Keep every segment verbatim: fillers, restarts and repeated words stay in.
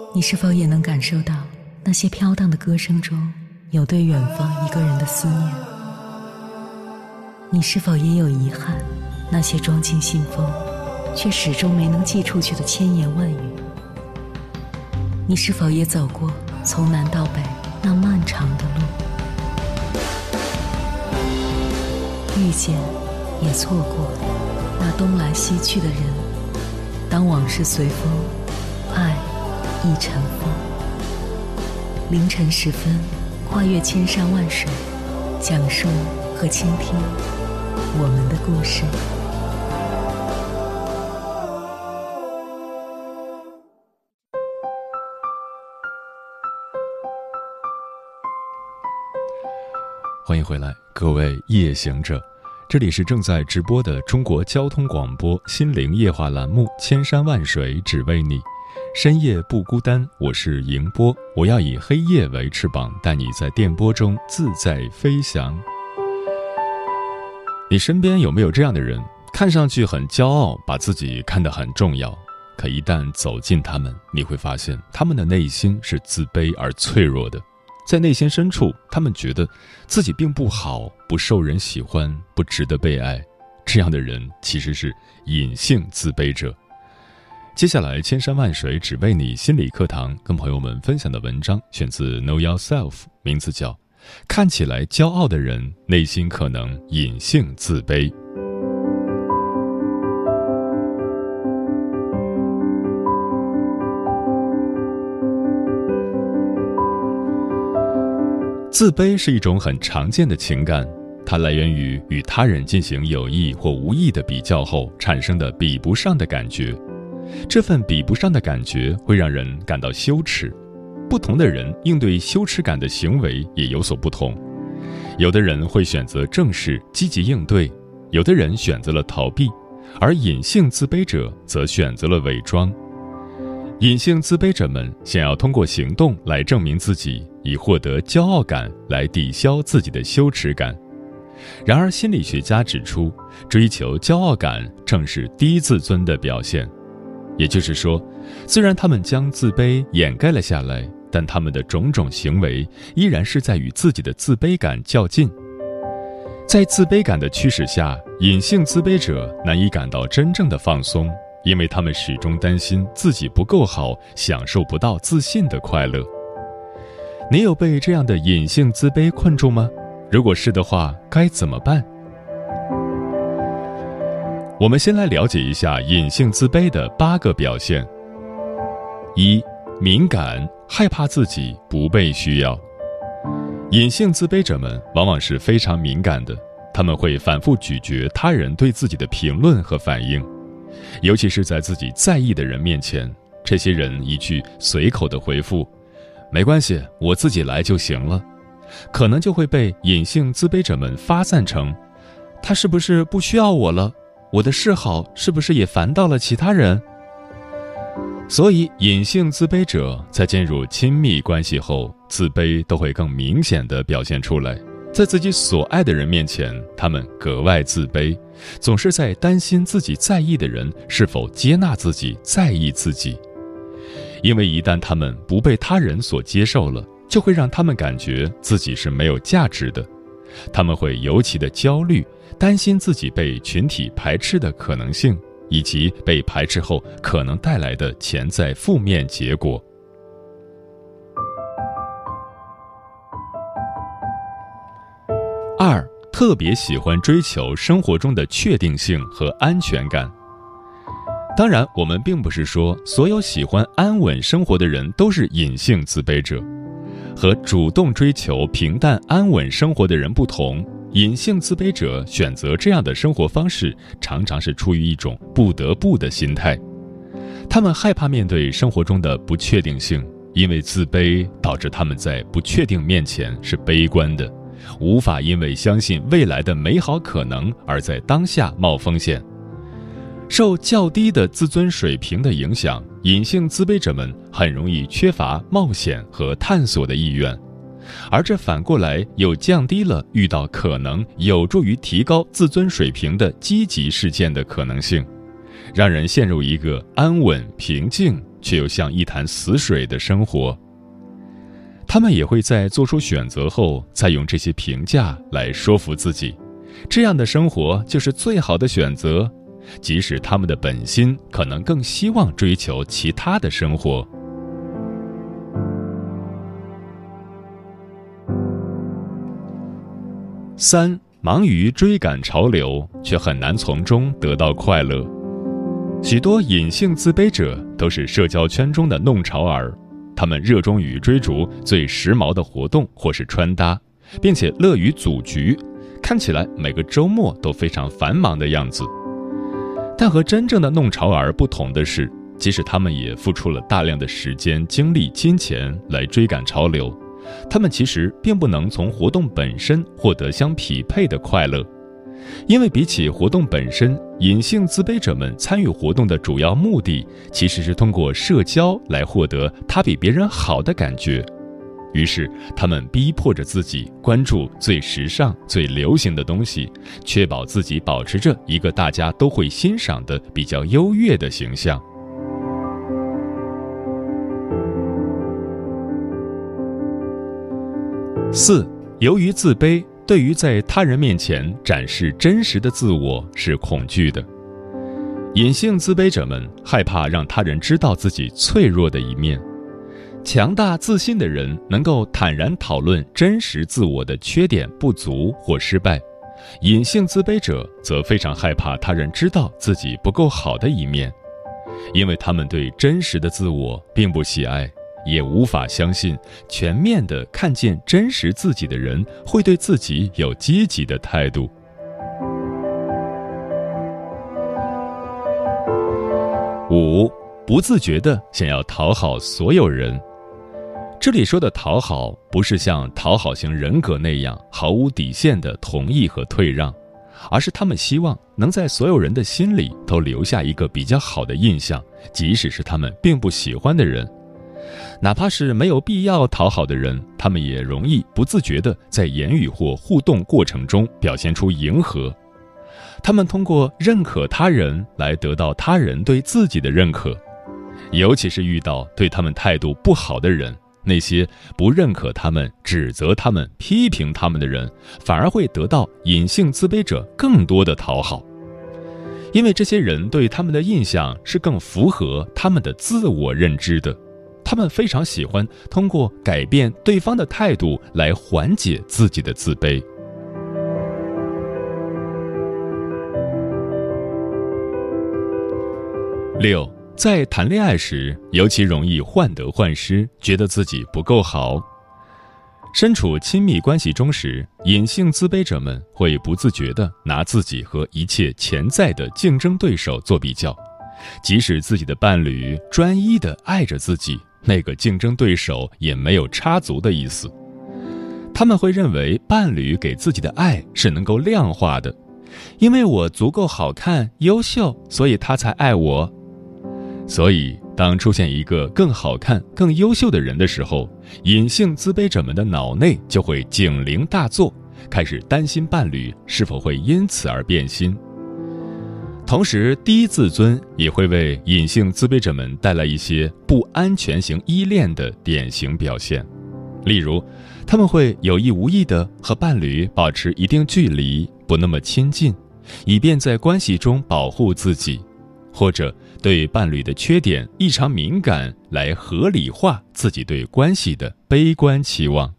你是否也能感受到那些飘荡的歌声中有对远方一个人的思念？你是否也有遗憾，那些装进信封却始终没能寄出去的千言万语？你是否也走过从南到北那漫长的路？遇见也错过那东来西去的人，当往事随风，爱亦尘封。凌晨时分，跨越千山万水，讲述和倾听我们的故事。 欢迎回来，各位夜行者，这里是正在直播的中国交通广播心灵夜话栏目《千山万水只为你》，深夜不孤单，我是迎波，我要以黑夜为翅膀，带你在电波中自在飞翔。你身边有没有这样的人，看上去很骄傲，把自己看得很重要，可一旦走近他们，你会发现他们的内心是自卑而脆弱的。在内心深处，他们觉得自己并不好，不受人喜欢，不值得被爱。这样的人其实是隐性自卑者。接下来，千山万水只为你心理课堂跟朋友们分享的文章选自 Know Yourself， 名字叫看起来骄傲的人，内心可能隐性自卑。自卑是一种很常见的情感，它来源于与他人进行有意或无意的比较后产生的比不上的感觉。这份比不上的感觉会让人感到羞耻。不同的人应对羞耻感的行为也有所不同。有的人会选择正视、积极应对，有的人选择了逃避，而隐性自卑者则选择了伪装。隐性自卑者们想要通过行动来证明自己，以获得骄傲感来抵消自己的羞耻感。然而心理学家指出，追求骄傲感正是低自尊的表现。也就是说，虽然他们将自卑掩盖了下来，但他们的种种行为依然是在与自己的自卑感较劲。在自卑感的驱使下，隐性自卑者难以感到真正的放松，因为他们始终担心自己不够好，享受不到自信的快乐。你有被这样的隐性自卑困住吗？如果是的话，该怎么办？我们先来了解一下隐性自卑的八个表现。一、敏感，害怕自己不被需要。隐性自卑者们往往是非常敏感的，他们会反复咀嚼他人对自己的评论和反应，尤其是在自己在意的人面前，这些人一句随口的回复没关系，我自己来就行了，可能就会被隐性自卑者们发散成他是不是不需要我了，我的示好是不是也烦到了其他人。所以隐性自卑者在进入亲密关系后，自卑都会更明显地表现出来。在自己所爱的人面前，他们格外自卑，总是在担心自己在意的人是否接纳自己，在意自己。因为一旦他们不被他人所接受了，就会让他们感觉自己是没有价值的。他们会尤其的焦虑，担心自己被群体排斥的可能性，以及被排斥后可能带来的潜在负面结果。二、特别喜欢追求生活中的确定性和安全感。当然，我们并不是说所有喜欢安稳生活的人都是隐性自卑者。和主动追求平淡安稳生活的人不同，隐性自卑者选择这样的生活方式，常常是出于一种不得不的心态。他们害怕面对生活中的不确定性，因为自卑导致他们在不确定面前是悲观的，无法因为相信未来的美好可能而在当下冒风险。受较低的自尊水平的影响，隐性自卑者们很容易缺乏冒险和探索的意愿，而这反过来又降低了遇到可能有助于提高自尊水平的积极事件的可能性，让人陷入一个安稳、平静却又像一潭死水的生活。他们也会在做出选择后，再用这些评价来说服自己，这样的生活就是最好的选择，即使他们的本心可能更希望追求其他的生活。三，忙于追赶潮流，却很难从中得到快乐。许多隐性自卑者都是社交圈中的弄潮儿，他们热衷于追逐最时髦的活动或是穿搭，并且乐于组局，看起来每个周末都非常繁忙的样子。但和真正的弄潮儿不同的是，即使他们也付出了大量的时间、精力、金钱来追赶潮流，他们其实并不能从活动本身获得相匹配的快乐。因为比起活动本身，隐性自卑者们参与活动的主要目的其实是通过社交来获得他比别人好的感觉。于是他们逼迫着自己关注最时尚、最流行的东西，确保自己保持着一个大家都会欣赏的比较优越的形象。四，由于自卑，对于在他人面前展示真实的自我是恐惧的。隐性自卑者们害怕让他人知道自己脆弱的一面。强大自信的人能够坦然讨论真实自我的缺点、不足或失败，隐性自卑者则非常害怕他人知道自己不够好的一面，因为他们对真实的自我并不喜爱，也无法相信全面地看见真实自己的人会对自己有积极的态度。五，不自觉地想要讨好所有人。这里说的讨好，不是像讨好型人格那样毫无底线的同意和退让，而是他们希望能在所有人的心里都留下一个比较好的印象，即使是他们并不喜欢的人。哪怕是没有必要讨好的人，他们也容易不自觉地在言语或互动过程中表现出迎合。他们通过认可他人来得到他人对自己的认可，尤其是遇到对他们态度不好的人，那些不认可他们、指责他们、批评他们的人，反而会得到隐性自卑者更多的讨好，因为这些人对他们的印象是更符合他们的自我认知的。他们非常喜欢通过改变对方的态度来缓解自己的自卑。六，在谈恋爱时尤其容易患得患失，觉得自己不够好。身处亲密关系中时，隐性自卑者们会不自觉地拿自己和一切潜在的竞争对手做比较，即使自己的伴侣专一地爱着自己，那个竞争对手也没有插足的意思。他们会认为伴侣给自己的爱是能够量化的，因为我足够好看、优秀，所以他才爱我。所以当出现一个更好看、更优秀的人的时候，隐性自卑者们的脑内就会警铃大作，开始担心伴侣是否会因此而变心。同时，低自尊也会为隐性自卑者们带来一些不安全型依恋的典型表现。例如，他们会有意无意地和伴侣保持一定距离，不那么亲近，以便在关系中保护自己，或者对伴侣的缺点异常敏感，来合理化自己对关系的悲观期望。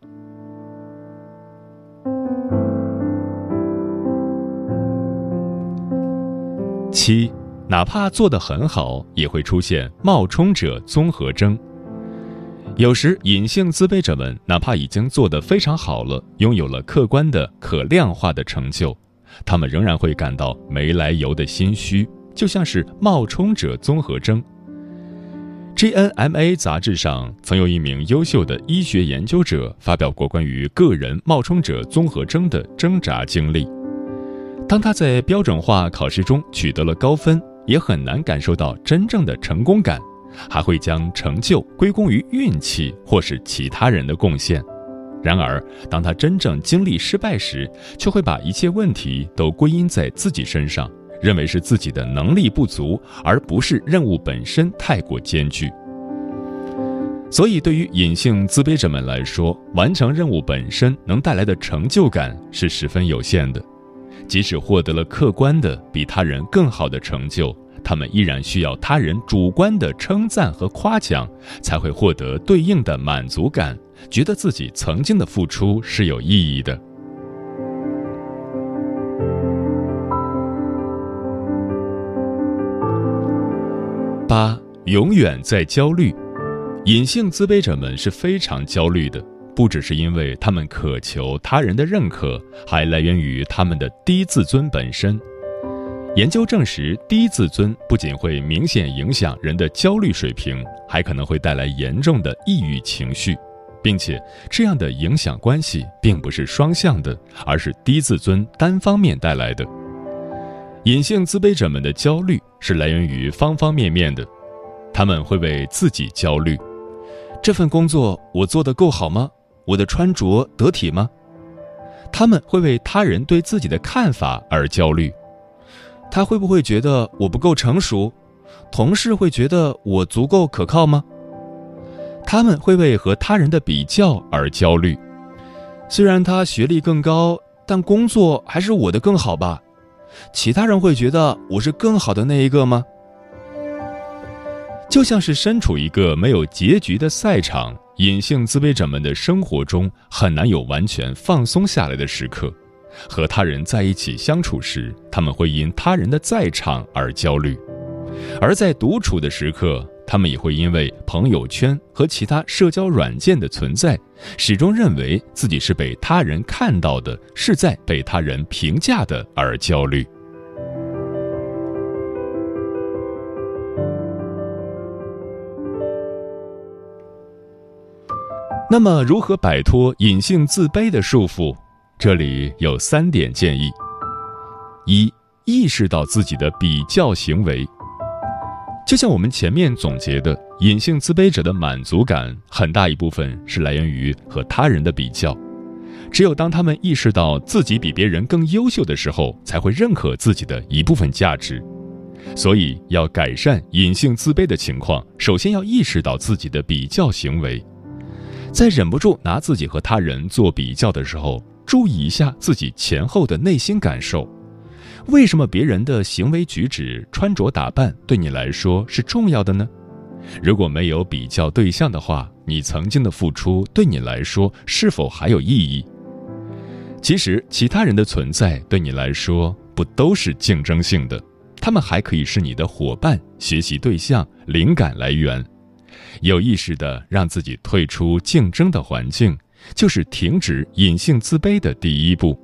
七，哪怕做得很好，也会出现冒充者综合征。有时隐性自卑者们哪怕已经做得非常好了，拥有了客观的可量化的成就，他们仍然会感到没来由的心虚，就像是冒充者综合征。 G N M A 杂志上曾有一名优秀的医学研究者发表过关于个人冒充者综合征的挣扎经历。当他在标准化考试中取得了高分，也很难感受到真正的成功感，还会将成就归功于运气或是其他人的贡献。然而当他真正经历失败时，却会把一切问题都归因在自己身上，认为是自己的能力不足，而不是任务本身太过艰巨。 所以对于隐性自卑者们来说，完成任务本身能带来的成就感是十分有限的。即使获得了客观的比他人更好的成就，他们依然需要他人主观的称赞和夸奖，才会获得对应的满足感，觉得自己曾经的付出是有意义的。八，永远在焦虑。隐性自卑者们是非常焦虑的，不只是因为他们渴求他人的认可，还来源于他们的低自尊本身。研究证实，低自尊不仅会明显影响人的焦虑水平，还可能会带来严重的抑郁情绪，并且这样的影响关系并不是双向的，而是低自尊单方面带来的。隐性自卑者们的焦虑是来源于方方面面的，他们会为自己焦虑，这份工作我做得够好吗？我的穿着得体吗？他们会为他人对自己的看法而焦虑，他会不会觉得我不够成熟？同事会觉得我足够可靠吗？他们会为和他人的比较而焦虑，虽然他学历更高，但工作还是我的更好吧？其他人会觉得我是更好的那一个吗？就像是身处一个没有结局的赛场，隐性自卑者们的生活中很难有完全放松下来的时刻。和他人在一起相处时，他们会因他人的在场而焦虑；而在独处的时刻，他们也会因为朋友圈和其他社交软件的存在，始终认为自己是被他人看到的，是在被他人评价的而焦虑。那么，如何摆脱隐性自卑的束缚？这里有三点建议：一、意识到自己的比较行为。就像我们前面总结的，隐性自卑者的满足感很大一部分是来源于和他人的比较。只有当他们意识到自己比别人更优秀的时候，才会认可自己的一部分价值。所以，要改善隐性自卑的情况，首先要意识到自己的比较行为。在忍不住拿自己和他人做比较的时候，注意一下自己前后的内心感受。为什么别人的行为举止、穿着打扮对你来说是重要的呢？如果没有比较对象的话，你曾经的付出对你来说是否还有意义？其实，其他人的存在对你来说不都是竞争性的，他们还可以是你的伙伴、学习对象、灵感来源。有意识地让自己退出竞争的环境，就是停止隐性自卑的第一步。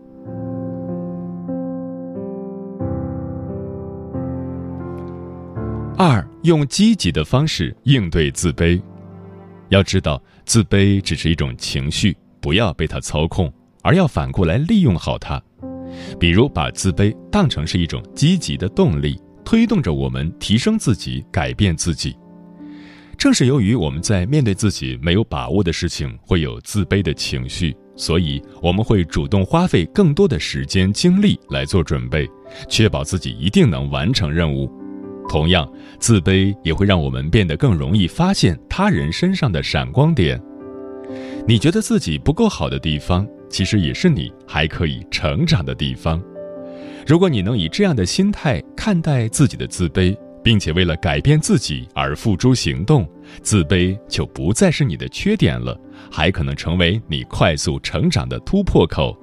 二、用积极的方式应对自卑。要知道，自卑只是一种情绪，不要被它操控，而要反过来利用好它。比如把自卑当成是一种积极的动力，推动着我们提升自己、改变自己。正是由于我们在面对自己没有把握的事情会有自卑的情绪，所以我们会主动花费更多的时间精力来做准备，确保自己一定能完成任务。同样，自卑也会让我们变得更容易发现他人身上的闪光点。你觉得自己不够好的地方，其实也是你还可以成长的地方。如果你能以这样的心态看待自己的自卑，并且为了改变自己而付诸行动，自卑就不再是你的缺点了，还可能成为你快速成长的突破口。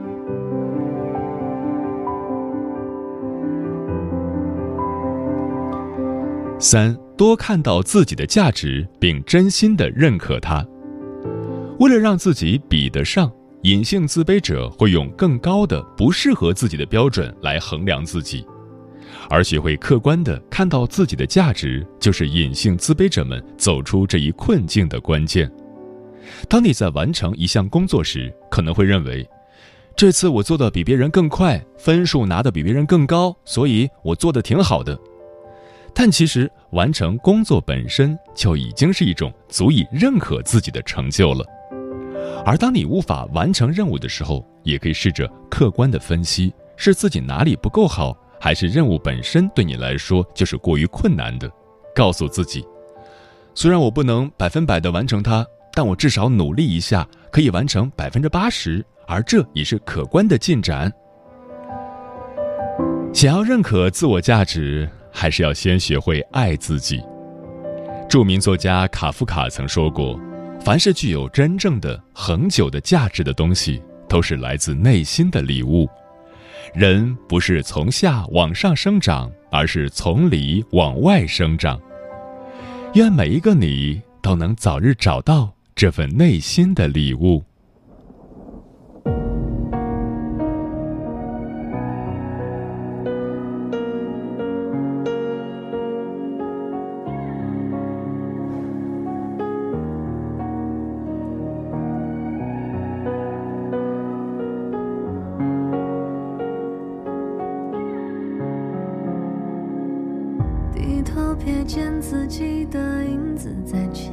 三、多看到自己的价值，并真心地认可它。为了让自己比得上，隐性自卑者会用更高的、不适合自己的标准来衡量自己。而学会客观地看到自己的价值，就是隐性自卑者们走出这一困境的关键。当你在完成一项工作时，可能会认为，这次我做得比别人更快，分数拿得比别人更高，所以我做得挺好的。但其实，完成工作本身就已经是一种足以认可自己的成就了。而当你无法完成任务的时候，也可以试着客观地分析，是自己哪里不够好，还是任务本身对你来说就是过于困难的。告诉自己， 虽然我不能百分百的完成它，但我至少努力一下，可以完成百分之八十，而这也是可观的进展。想要认可自我价值，还是要先学会爱自己。著名作家卡夫卡曾说过，凡是具有真正的、恒久的价值的东西，都是来自内心的礼物。人不是从下往上生长，而是从里往外生长。愿每一个你都能早日找到这份内心的礼物。 低头瞥见自己的影子在前，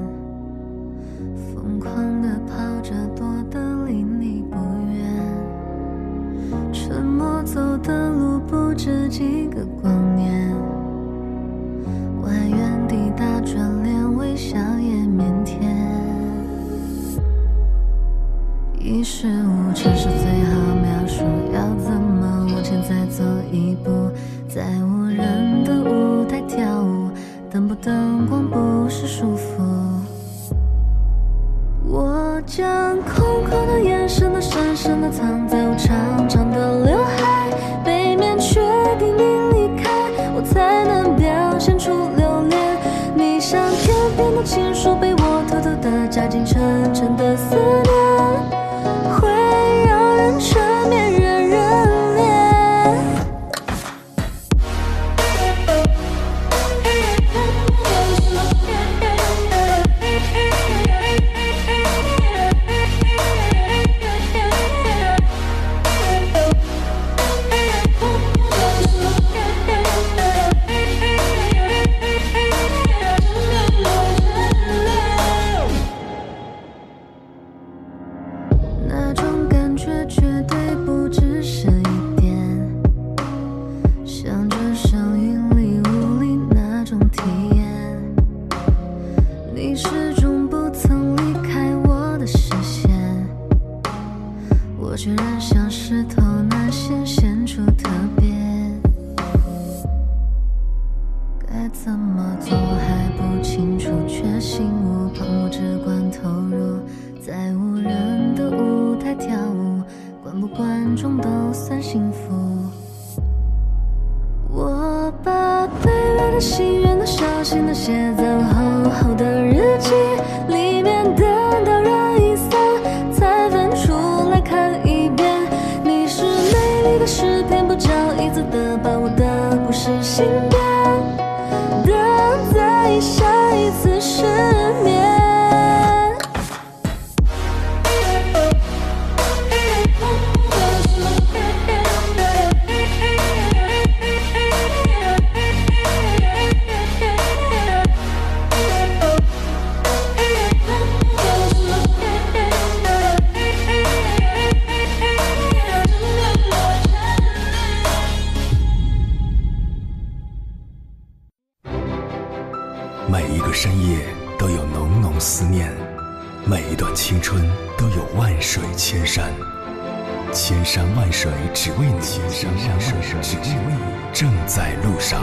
疯狂地跑着，躲得离你不远。沉默走的路不止几个光年，外原地打转，连微笑也腼腆。一事无成是最好描述，要怎么往前再走一步？在无人的舞台跳舞，灯不灯光不是束缚。我将空空的眼神都深深地藏在我长长的刘海背面，确定你离开，我才能表现出留恋。你像天边的情书，被我偷偷地加进沉沉的思念，会让人沉眠人人恋。那种感觉绝对不只是一点，像这生云里雾里那种体验。你始终不曾离开我的视线，我居然像石头那显现出特别。该怎么做还不清楚，却心无旁骛，只管投入，在无人的舞台跳舞，观不观众都算幸福。我把卑微的心愿都小心地写在我厚厚的日记里面，等到人已散，才翻出来看一遍。你是美丽的诗篇，不着一字的把我的故事信遍，等待下一次失眠。 每一个深夜都有浓浓思念，每一段青春都有万水千山。千山万水只为你，千山万水只为你，正在路上。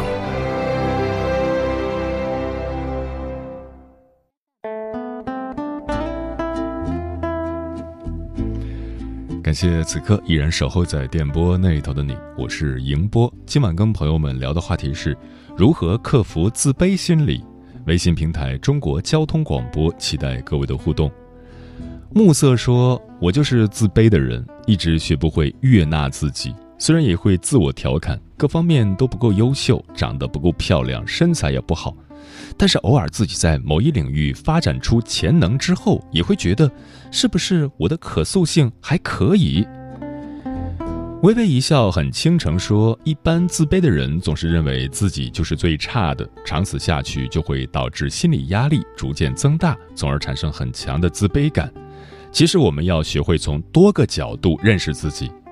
感谢此刻依然守候在电波那头的你，我是迎波。今晚跟朋友们聊的话题是如何克服自卑心理。微信平台中国交通广播，期待各位的互动。暮色说，我就是自卑的人，一直学不会悦纳自己，虽然也会自我调侃，各方面都不够优秀，长得不够漂亮，身材也不好，但是偶尔自己在某一领域发展出潜能之后，也会觉得是不是我的可塑性还可以。微微一笑很倾城说，一般自卑的人总是认为自己就是最差的，长此下去就会导致心理压力逐渐增大，从而产生很强的自卑感。其实我们要学会从多个角度认识自己，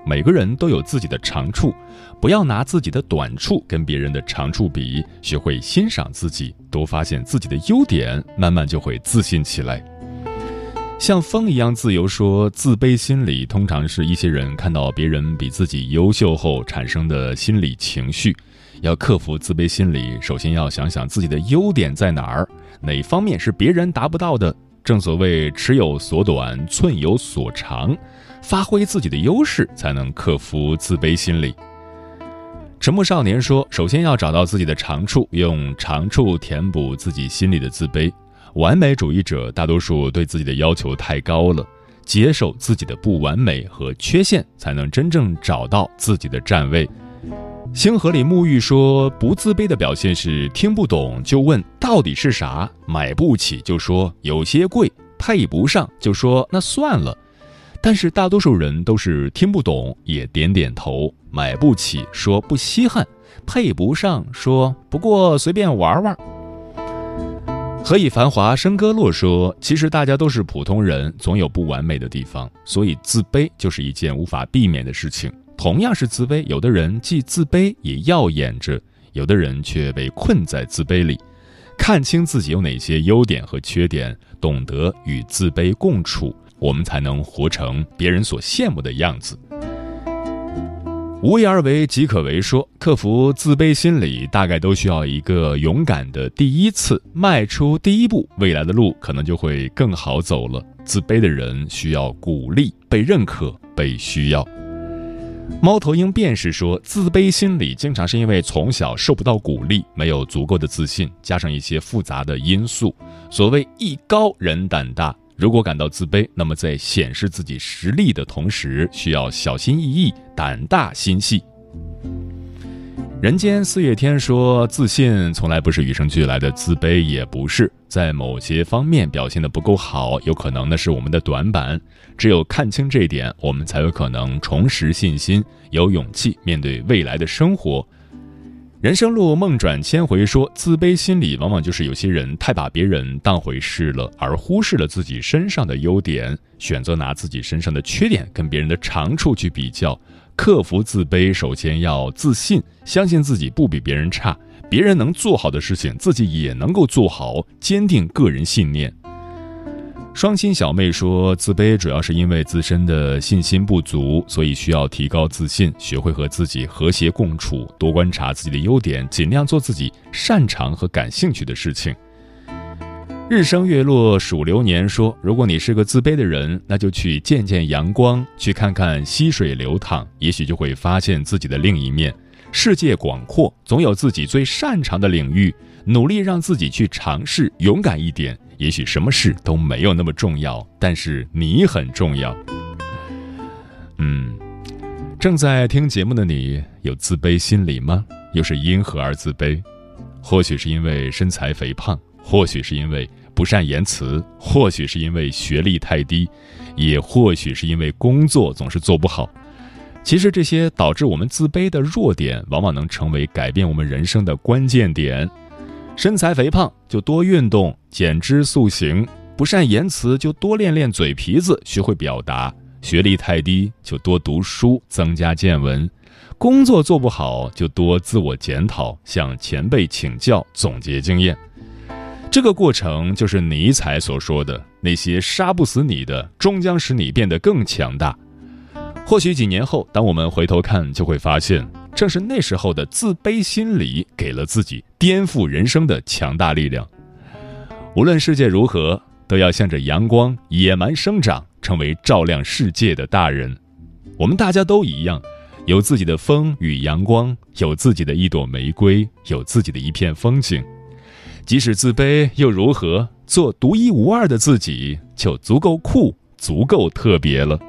每个人都有自己的长处，不要拿自己的短处跟别人的长处比，学会欣赏自己，多发现自己的优点，慢慢就会自信起来。像风一样自由说，自卑心理通常是一些人看到别人比自己优秀后产生的心理情绪。要克服自卑心理，首先要想想自己的优点在哪儿，哪方面是别人达不到的。正所谓尺有所短，寸有所长，发挥自己的优势，才能克服自卑心理。沉默少年说，首先要找到自己的长处，用长处填补自己心里的自卑。完美主义者大多数对自己的要求太高了，接受自己的不完美和缺陷，才能真正找到自己的站位。星河里沐浴说，不自卑的表现是听不懂就问到底是啥，买不起就说有些贵，配不上就说那算了。但是大多数人都是听不懂也点点头，买不起说不稀罕，配不上说不过随便玩玩。何以繁华笙歌落说，其实大家都是普通人，总有不完美的地方，所以自卑就是一件无法避免的事情。同样是自卑，有的人既自卑也耀眼着，有的人却被困在自卑里。看清自己有哪些优点和缺点，懂得与自卑共处，我们才能活成别人所羡慕的样子。无为而为即可为说，克服自卑心理大概都需要一个勇敢的第一次，迈出第一步，未来的路可能就会更好走了。自卑的人需要鼓励，被认可，被需要。猫头鹰便是说，自卑心理经常是因为从小受不到鼓励，没有足够的自信，加上一些复杂的因素。所谓艺高人胆大，如果感到自卑，那么在显示自己实力的同时，需要小心翼翼，胆大心细。人间四月天说，自信从来不是与生俱来的，自卑也不是，在某些方面表现得不够好，有可能那是我们的短板。只有看清这一点，我们才有可能重拾信心，有勇气面对未来的生活。人生路梦转千回说，自卑心理往往就是有些人太把别人当回事了，而忽视了自己身上的优点，选择拿自己身上的缺点跟别人的长处去比较。克服自卑，首先要自信，相信自己不比别人差，别人能做好的事情，自己也能够做好，坚定个人信念。双心小妹说，自卑主要是因为自身的信心不足，所以需要提高自信，学会和自己和谐共处，多观察自己的优点，尽量做自己擅长和感兴趣的事情。日升月落数流年说，如果你是个自卑的人，那就去见见阳光，去看看溪水流淌，也许就会发现自己的另一面。世界广阔，总有自己最擅长的领域，努力让自己去尝试，勇敢一点。也许什么事都没有那么重要，但是你很重要。嗯，正在听节目的你，有自卑心理吗？又是因何而自卑？或许是因为身材肥胖，或许是因为不善言辞，或许是因为学历太低，也或许是因为工作总是做不好。其实这些导致我们自卑的弱点，往往能成为改变我们人生的关键点。身材肥胖就多运动，减脂塑形；不善言辞就多练练嘴皮子，学会表达；学历太低就多读书，增加见闻；工作做不好就多自我检讨，向前辈请教，总结经验。这个过程就是尼采所说的，那些杀不死你的，终将使你变得更强大。或许几年后，当我们回头看，就会发现，正是那时候的自卑心理，给了自己颠覆人生的强大力量。无论世界如何，都要向着阳光野蛮生长，成为照亮世界的大人。我们大家都一样，有自己的风与阳光，有自己的一朵玫瑰，有自己的一片风景。即使自卑又如何？做独一无二的自己，就足够酷，足够特别了。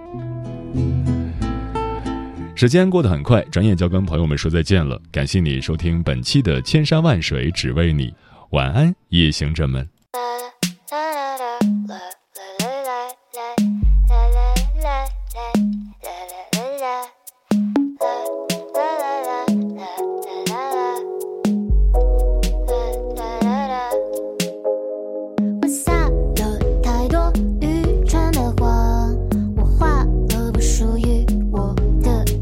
时间过得很快，转眼就要跟朋友们说再见了。感谢你收听本期的千山万水只为你，晚安，夜行者们。 我撒了太多愚蠢的谎，我画了不属于我的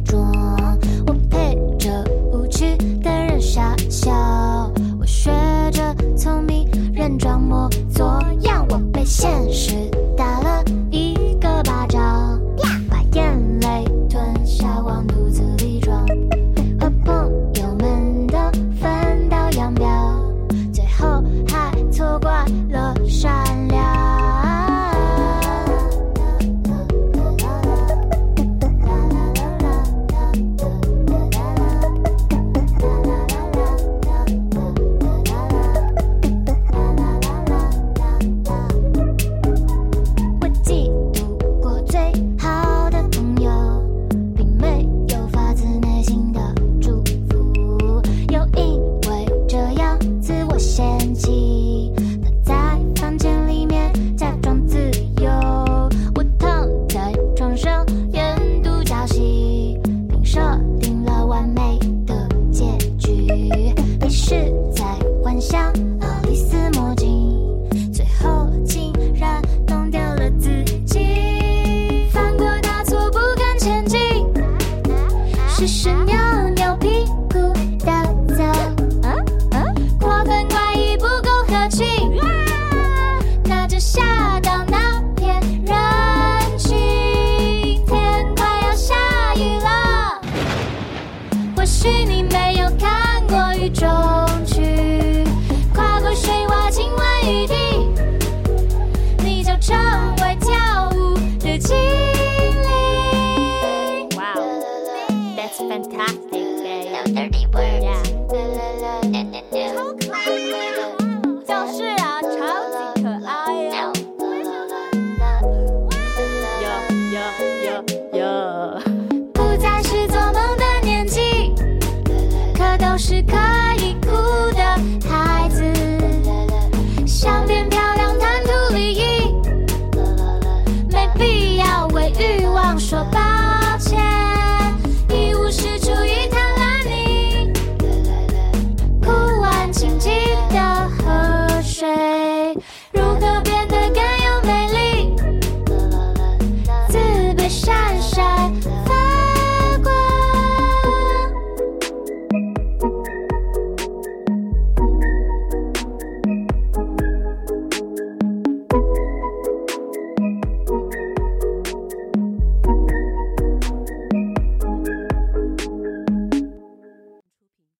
滴滴。